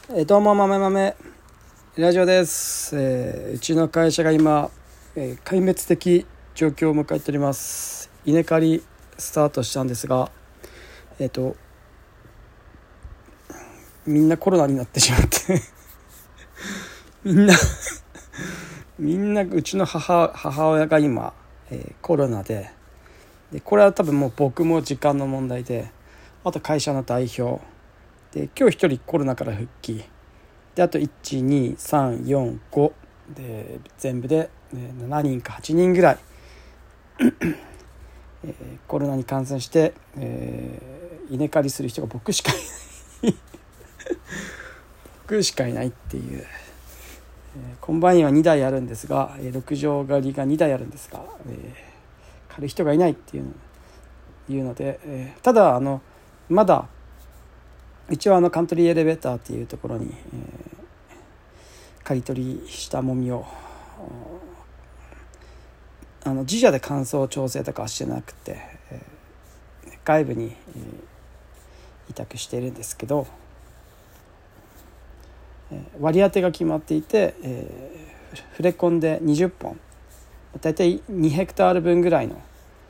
どうも豆豆ラジオです。うちの会社が今、壊滅的状況を迎えております。稲刈りスタートしたんですが、みんなコロナになってしまってみんなうちの母親が今、コロナで、これは多分もう僕も時間の問題で、あと会社の代表で今日1人コロナから復帰で、あと12345で全部で7人か8人ぐらいコロナに感染して、稲刈りする人が僕しかいない僕しかいないっていう、コンバインは2台あるんですが、6畳刈りが2台あるんですが、刈る人がいないっていうので、ただまだ一応カントリーエレベーターっていうところに、刈り取りしたもみを自社で乾燥調整とかはしてなくて、外部に、委託しているんですけど、割り当てが決まっていて、フレコンで20本だいたい2ヘクタール分ぐらいの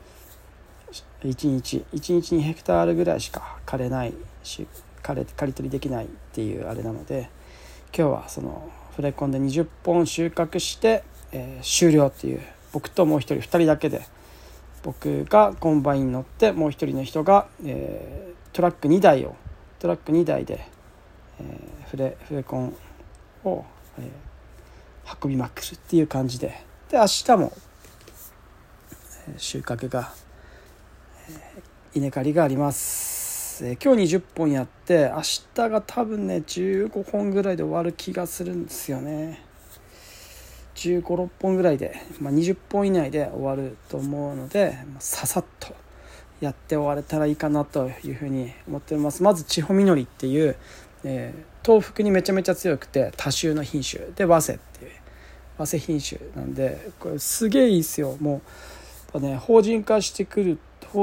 1日2ヘクタールぐらいしか刈れないし刈り取りできないっていうあれなので、今日はそのフレコンで20本収穫して、終了っていう、僕ともう2人だけで、僕がコンバインに乗ってもう一人の人が、トラック2台で、フレコンを、運びまくるっていう感じで、明日も、収穫が、稲刈りがあります。今日20本やって明日が多分ね15本ぐらいで終わる気がするんですよね。15、6本ぐらいで、20本以内で終わると思うので、ささっとやって終われたらいいかなというふうに思っています。まず千穂みのりっていう、東北にめちゃめちゃ強くて多種の品種で、早生っていう早生品種なんで、これすげえいいですよ。もう法人化して、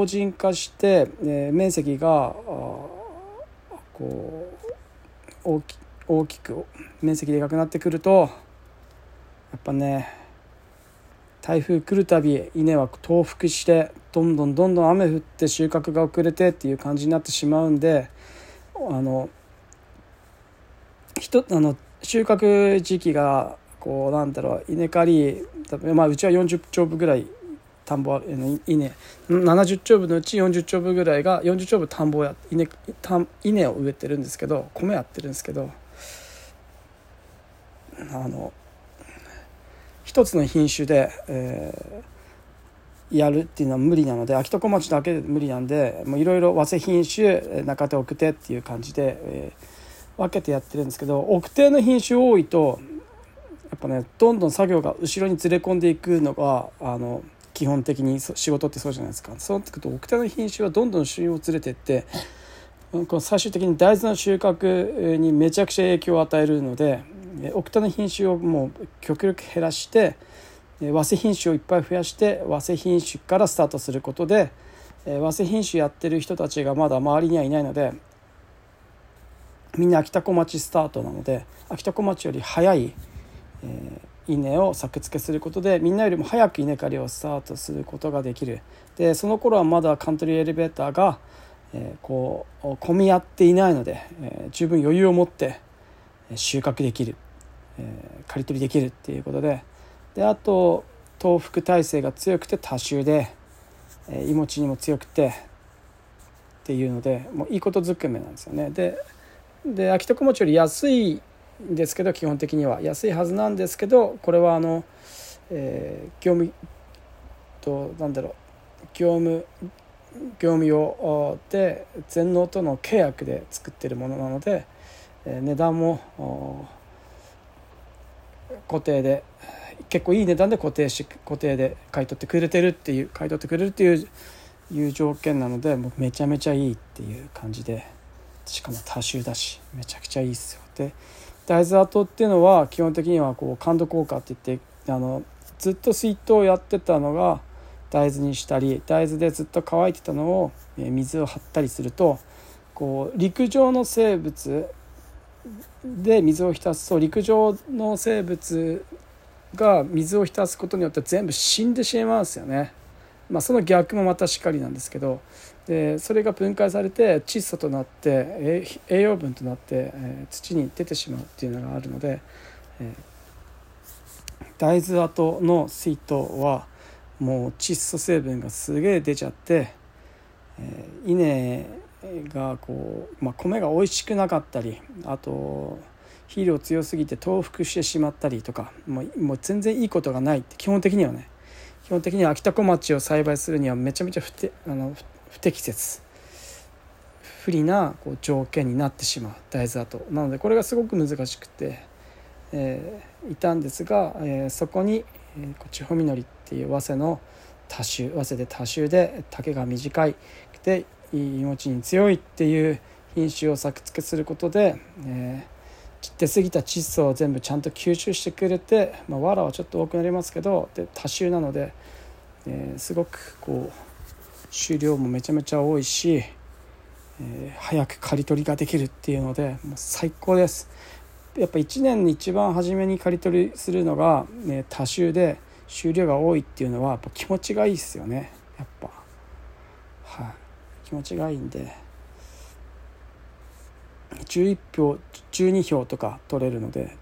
面積がこう大きく面積でかくなってくると、やっぱね、台風来るたび稲は倒伏してどんどん雨降って収穫が遅れてっていう感じになってしまうんで、収穫時期が稲刈り、うちは40丁分ぐらい田んぼ稲70丁分のうち40丁分ぐらいが40丁分田んぼ稲を植えてるんですけど、米やってるんですけど、一つの品種で、やるっていうのは無理なので、秋田小町だけで無理なんで、いろいろ早生品種、中手奥手っていう感じで、分けてやってるんですけど、奥手の品種多いとやっぱね、どんどん作業が後ろにずれ込んでいくのが基本的に仕事ってそうじゃないですか。そうなってくると奥手の品種はどんどん収容をずれていって、この最終的に大豆の収穫にめちゃくちゃ影響を与えるので、奥手の品種をもう極力減らして、早生品種をいっぱい増やして早生品種からスタートすることで、早生品種やってる人たちがまだ周りにはいないので、みんな秋田小町スタートなので、秋田小町より早い、稲を作付けすることで、みんなよりも早く稲刈りをスタートすることができる。でその頃はまだカントリーエレベーターが、混み合っていないので、十分余裕を持って収穫できる、刈り取りできるっていうことで、あと東北耐性が強くて多種で、いもちにも強くてっていうので、もういいことずくめなんですよね。で秋田小町より安いんですけど、基本的には安いはずなんですけど、これは業務用で全農との契約で作っているものなので、値段も固定で、結構いい値段で固定で買い取ってくれてるっていう条件なので、もうめちゃめちゃいいっていう感じで、しかも多種だしめちゃくちゃいいっすよ。で大豆跡っていうのは基本的には感度効果って言って、ずっと水筒をやってたのが大豆にしたり、大豆でずっと乾いてたのを水を張ったりすると、陸上の生物で水を浸すと陸上の生物が水を浸すことによって全部死んでしまうんですよね。その逆もまたしかりなんですけど、でそれが分解されて窒素となって栄養分となって、土に出てしまうっていうのがあるので、大豆跡の水筒はもう窒素成分がすげえ出ちゃって、稲が米が美味しくなかったり、あと肥料強すぎて倒伏してしまったりとか、もう全然いいことがないって基本的には秋田小町を栽培するにはめちゃめちゃ不適切不利な条件になってしまう大豆跡なので、これがすごく難しくて、いたんですが、そこに千穂みのりっていう早生で多種で丈が短いで命に強いっていう品種を作付けすることで、出過ぎた窒素を全部ちゃんと吸収してくれて、藁はちょっと多くなりますけど、で多種なので、すごく収量もめちゃめちゃ多いし、早く刈り取りができるっていうのでもう最高です。やっぱ1年に一番初めに刈り取りするのが、多種で収量が多いっていうのはやっぱ気持ちがいいですよね。やっぱ気持ちがいいんで11票12票とか取れるので、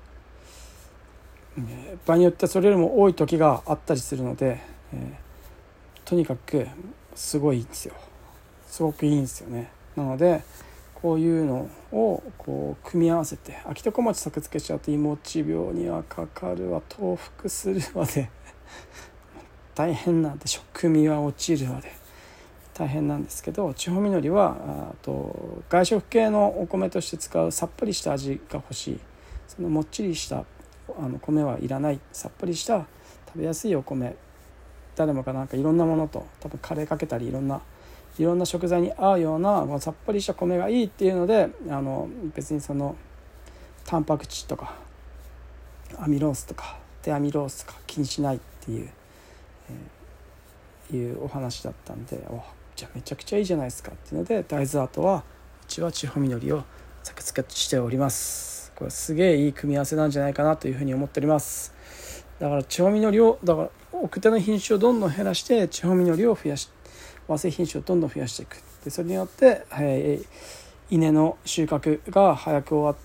場合によってはそれよりも多い時があったりするので、とにかくすごいんですよ。すごくいいんですよね。なのでこういうのを組み合わせて、秋田小町作付けしちゃうといもち病にはかかるわ、倒伏するわで大変なんで、食味は落ちるわで大変なんですけど、千穂みのりは外食系のお米として使うさっぱりした味が欲しい、そのもっちりした米はいらない、さっぱりした食べやすいお米、誰もがいろんなものと多分カレーかけたりいろんな食材に合うようなさっぱりした米がいいっていうので、別にそのタンパク質とかアミロースとか低アミロースとか気にしないっていうお話だったんで、じゃあめちゃくちゃいいじゃないですかっていうので、大豆跡はうちは千穂みのりを作付けしております。これすげえいい組み合わせなんじゃないかなというふうに思っております。だから千穂みのりを奥手の品種をどんどん減らして千穂みのりを増やして和製品種をどんどん増やしていく。でそれによって、稲の収穫が早く終わって、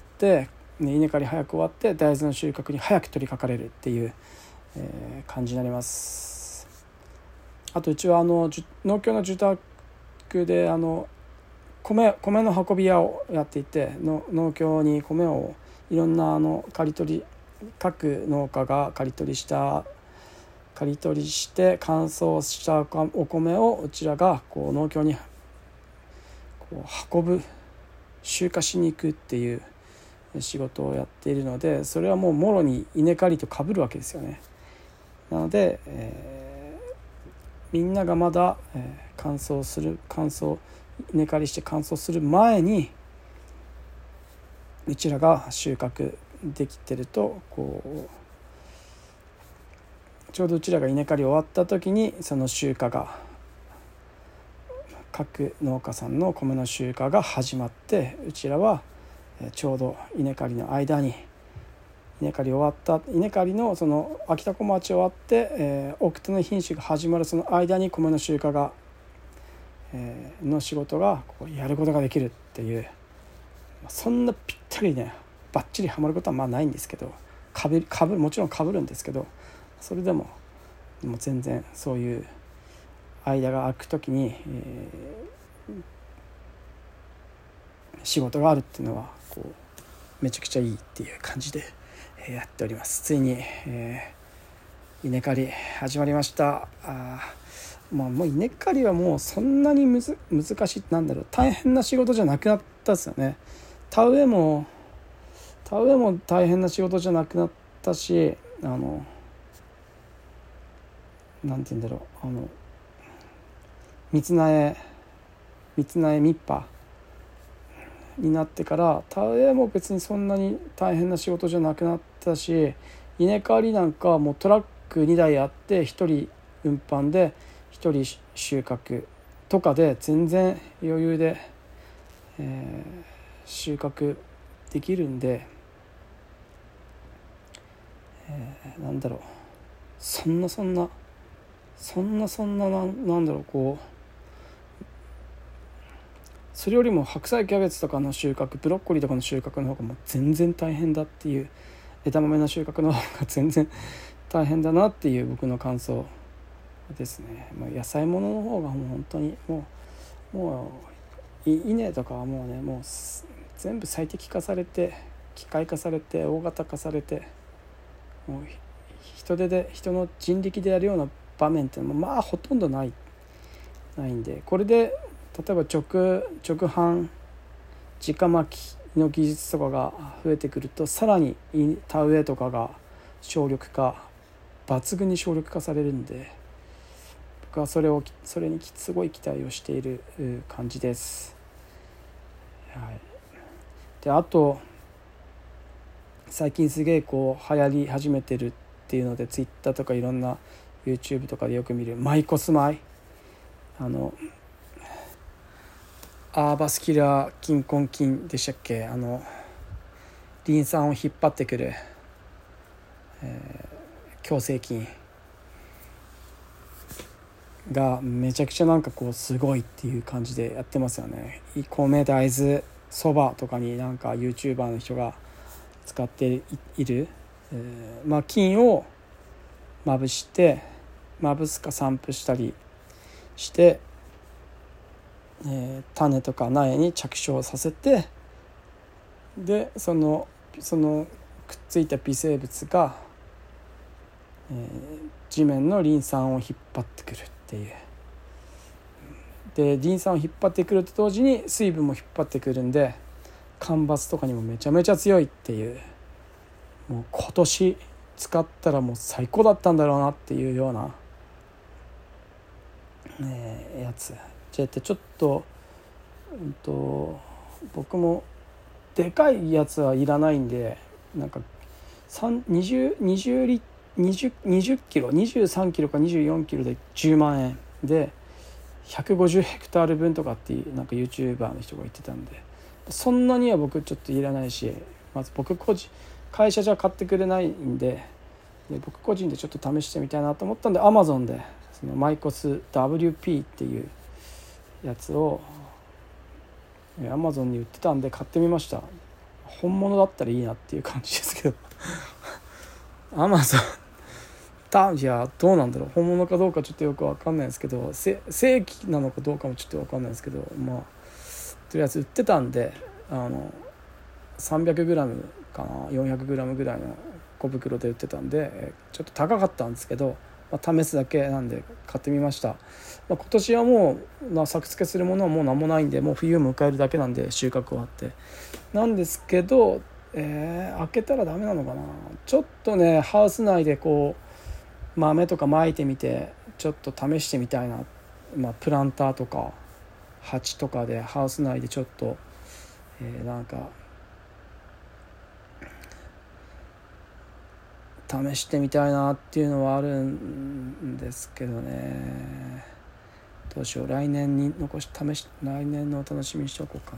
稲刈り早く終わって大豆の収穫に早く取り掛かれるっていう、感じになります。あとうちは農協の住宅で米の運び屋をやっていて、農協に米をいろんな刈り取り、各農家が刈り取りして乾燥したお米をうちらが農協に集荷しに行くっていう仕事をやっているので、それはもうもろに稲刈りと被るわけですよね。なので、みんながまだ、稲刈りして乾燥する前にうちらが収穫できてるとちょうどうちらが稲刈り終わった時にその収穫が各農家さんの米の収穫が始まって、うちらはちょうど稲刈りの間に稲刈りのその秋田小町終わって、奥手の品種が始まるその間に米の収穫が、の仕事がやることができるっていう、そんなぴったりねバッチリはまることはないんですけど、もちろん被るんですけど、それでも全然そういう間が空くときに、仕事があるっていうのはめちゃくちゃいいっていう感じで、やっております。ついに、稲刈り始まりました。もう稲刈りはもうそんなに難しい、大変な仕事じゃなくなったですよね。田植えも大変な仕事じゃなくなったし、なんて言うんだろう、蜜苗蜜波になってから田植えも別にそんなに大変な仕事じゃなくなったし、稲刈りなんかもうトラック2台あって1人運搬で1人収穫とかで全然余裕で、収穫できるんで、 なんだろう、そんななんだろう、こうそれよりも白菜キャベツとかの収穫、ブロッコリーとかの収穫の方がもう全然大変だっていう、枝豆の収穫の方が全然大変だなっていう僕の感想ですね。野菜ものの方がもう本当にもう稲とかはもうね、もう全部最適化されて、機械化されて、大型化されて、もう人の人力でやるような場面っていうのもまあほとんどないんで、これで例えば直販直巻きの技術とかが増えてくると、さらに田植えとかが抜群に省力化されるんで、僕はそれにすごい期待をしている感じです。はい、であと最近すげえこう流行り始めてるっていうので、ツイッターとかいろんな YouTube とかでよく見るマイコスマイ、アーバスキラー菌根菌でしたっけ、リン酸を引っ張ってくる、強性菌がめちゃくちゃなんかこうすごいっていう感じでやってますよね。米大豆そばとかになんか YouTuber の人が使っている、菌をまぶすか散布したりして、種とか苗に着床させて、でそのくっついた微生物が、地面のリン酸を引っ張ってくるっていう。でリン酸を引っ張ってくると同時に水分も引っ張ってくるんで、干ばつとかにもめちゃめちゃ強いっていう、もう今年使ったらもう最高だったんだろうなっていうような、やつで、ちょっと、僕もでかいやつはいらないんで、なんか20キロ23キロか24キロで10万円で150ヘクタール分とかっていうなんか YouTuber の人が言ってたんで、そんなには僕ちょっといらないし、まず僕会社じゃ買ってくれないんで、僕個人でちょっと試してみたいなと思ったんで、 Amazon でそのマイコス WP っていうやつを Amazon に売ってたんで買ってみました。本物だったらいいなっていう感じですけどAmazon いやどうなんだろう、本物かどうかちょっとよく分かんないですけど、正規なのかどうかもちょっと分かんないですけど、とりあえず売ってたんで、300g かな 400g ぐらいの小袋で売ってたんで、ちょっと高かったんですけど、試すだけなんで買ってみました。今年はもう、作付けするものはもう何もないんで、もう冬を迎えるだけなんで、収穫終わってなんですけど、開けたらダメなのかな。ちょっとねハウス内でこう豆とかまいてみて、ちょっと試してみたいな、プランターとか鉢とかでハウス内でちょっと、なんか試してみたいなっていうのはあるんですけどね、どうしよう、来年のお楽しみにしておこうかな。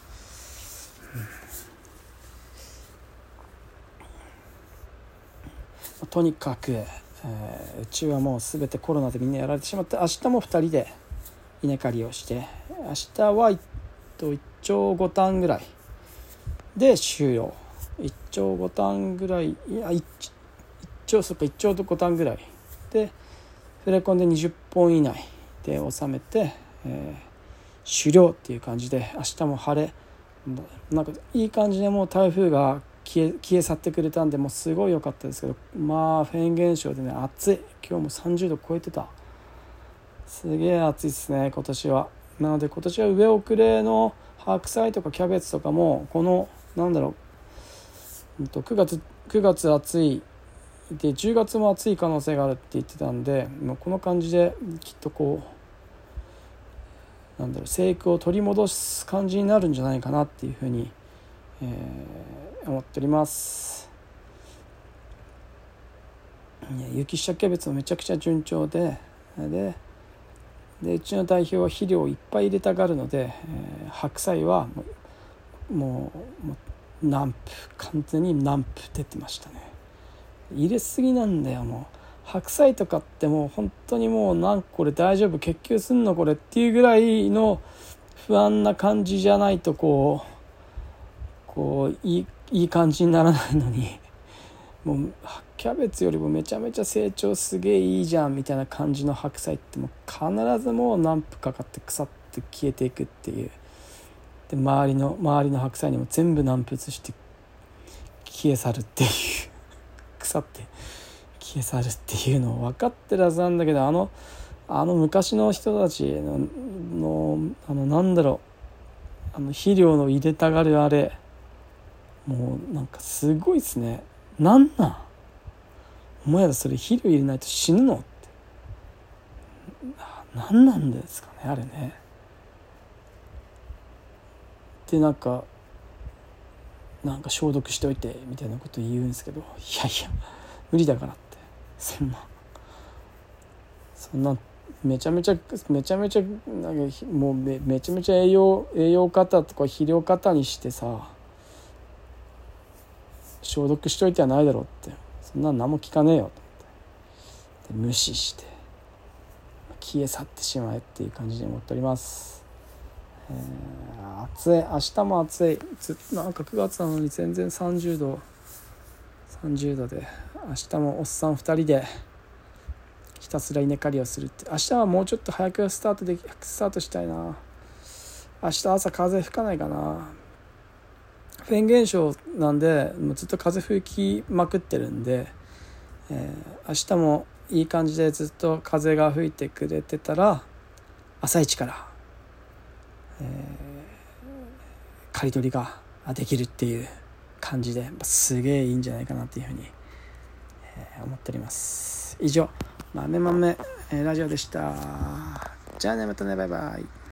とにかく、うちはもう全てコロナでみんなやられてしまって、明日も2人で稲刈りをして、明日は1丁5単ぐらいで終了。1丁5単ぐらい、1丁と5単ぐらいでフレコンで20本以内で収めて、終了っていう感じで、明日も晴れ、なんかいい感じでもう台風が消え去ってくれたんで、もうすごい良かったですけど、フェーン現象でね、暑い。今日も30度超えてた。すげえ暑いですね今年は。なので今年は上遅れの白菜とかキャベツとかも、この9月暑いで10月も暑い可能性があるって言ってたんで、この感じできっとこう生育を取り戻す感じになるんじゃないかなっていうふうに、思っております。雪下キャベツもめちゃくちゃ順調でうちの代表は肥料をいっぱい入れたがるので、白菜はもう完全にナンプ出てましたね。 入れすぎなんだよ。もう白菜とかってもう本当にもうこれ大丈夫結球すんのこれっていうぐらいの不安な感じじゃないとこういい感じにならないのに、もうキャベツよりもめちゃめちゃ成長すげえいいじゃんみたいな感じの白菜ってもう必ずもう何分かかって腐って消えていくっていう。で周りの白菜にも全部難物して消え去るっていう腐って消え去るっていうのを分かってるはずなんだけど、あの昔の人たちのなんだろう、肥料の入れたがるあれ、もうなんかすごいっすね。お前らそれ肥料入れないと死ぬのって何なんですかねあれね。でなんか消毒しといてみたいなこと言うんですけど、いや無理だからって、そんなめちゃめちゃもうめちゃめちゃ栄養型とか肥料型にしてさ消毒しといてはないだろうって、そんな何も聞かねえよと思って無視して消え去ってしまえっていう感じで思っております。暑い、明日も暑い。なんか9月なのに全然30度で、明日もおっさん2人でひたすら稲刈りをするって。明日はもうちょっと早くスタートしたいな。明日朝風吹かないかな。フェーン現象なんでもうずっと風吹きまくってるんで、明日もいい感じでずっと風が吹いてくれてたら朝一から刈り取りができるっていう感じですげえいいんじゃないかなっていうふうに思っております。以上豆ラジオでした。じゃあね、またね、バイバイ。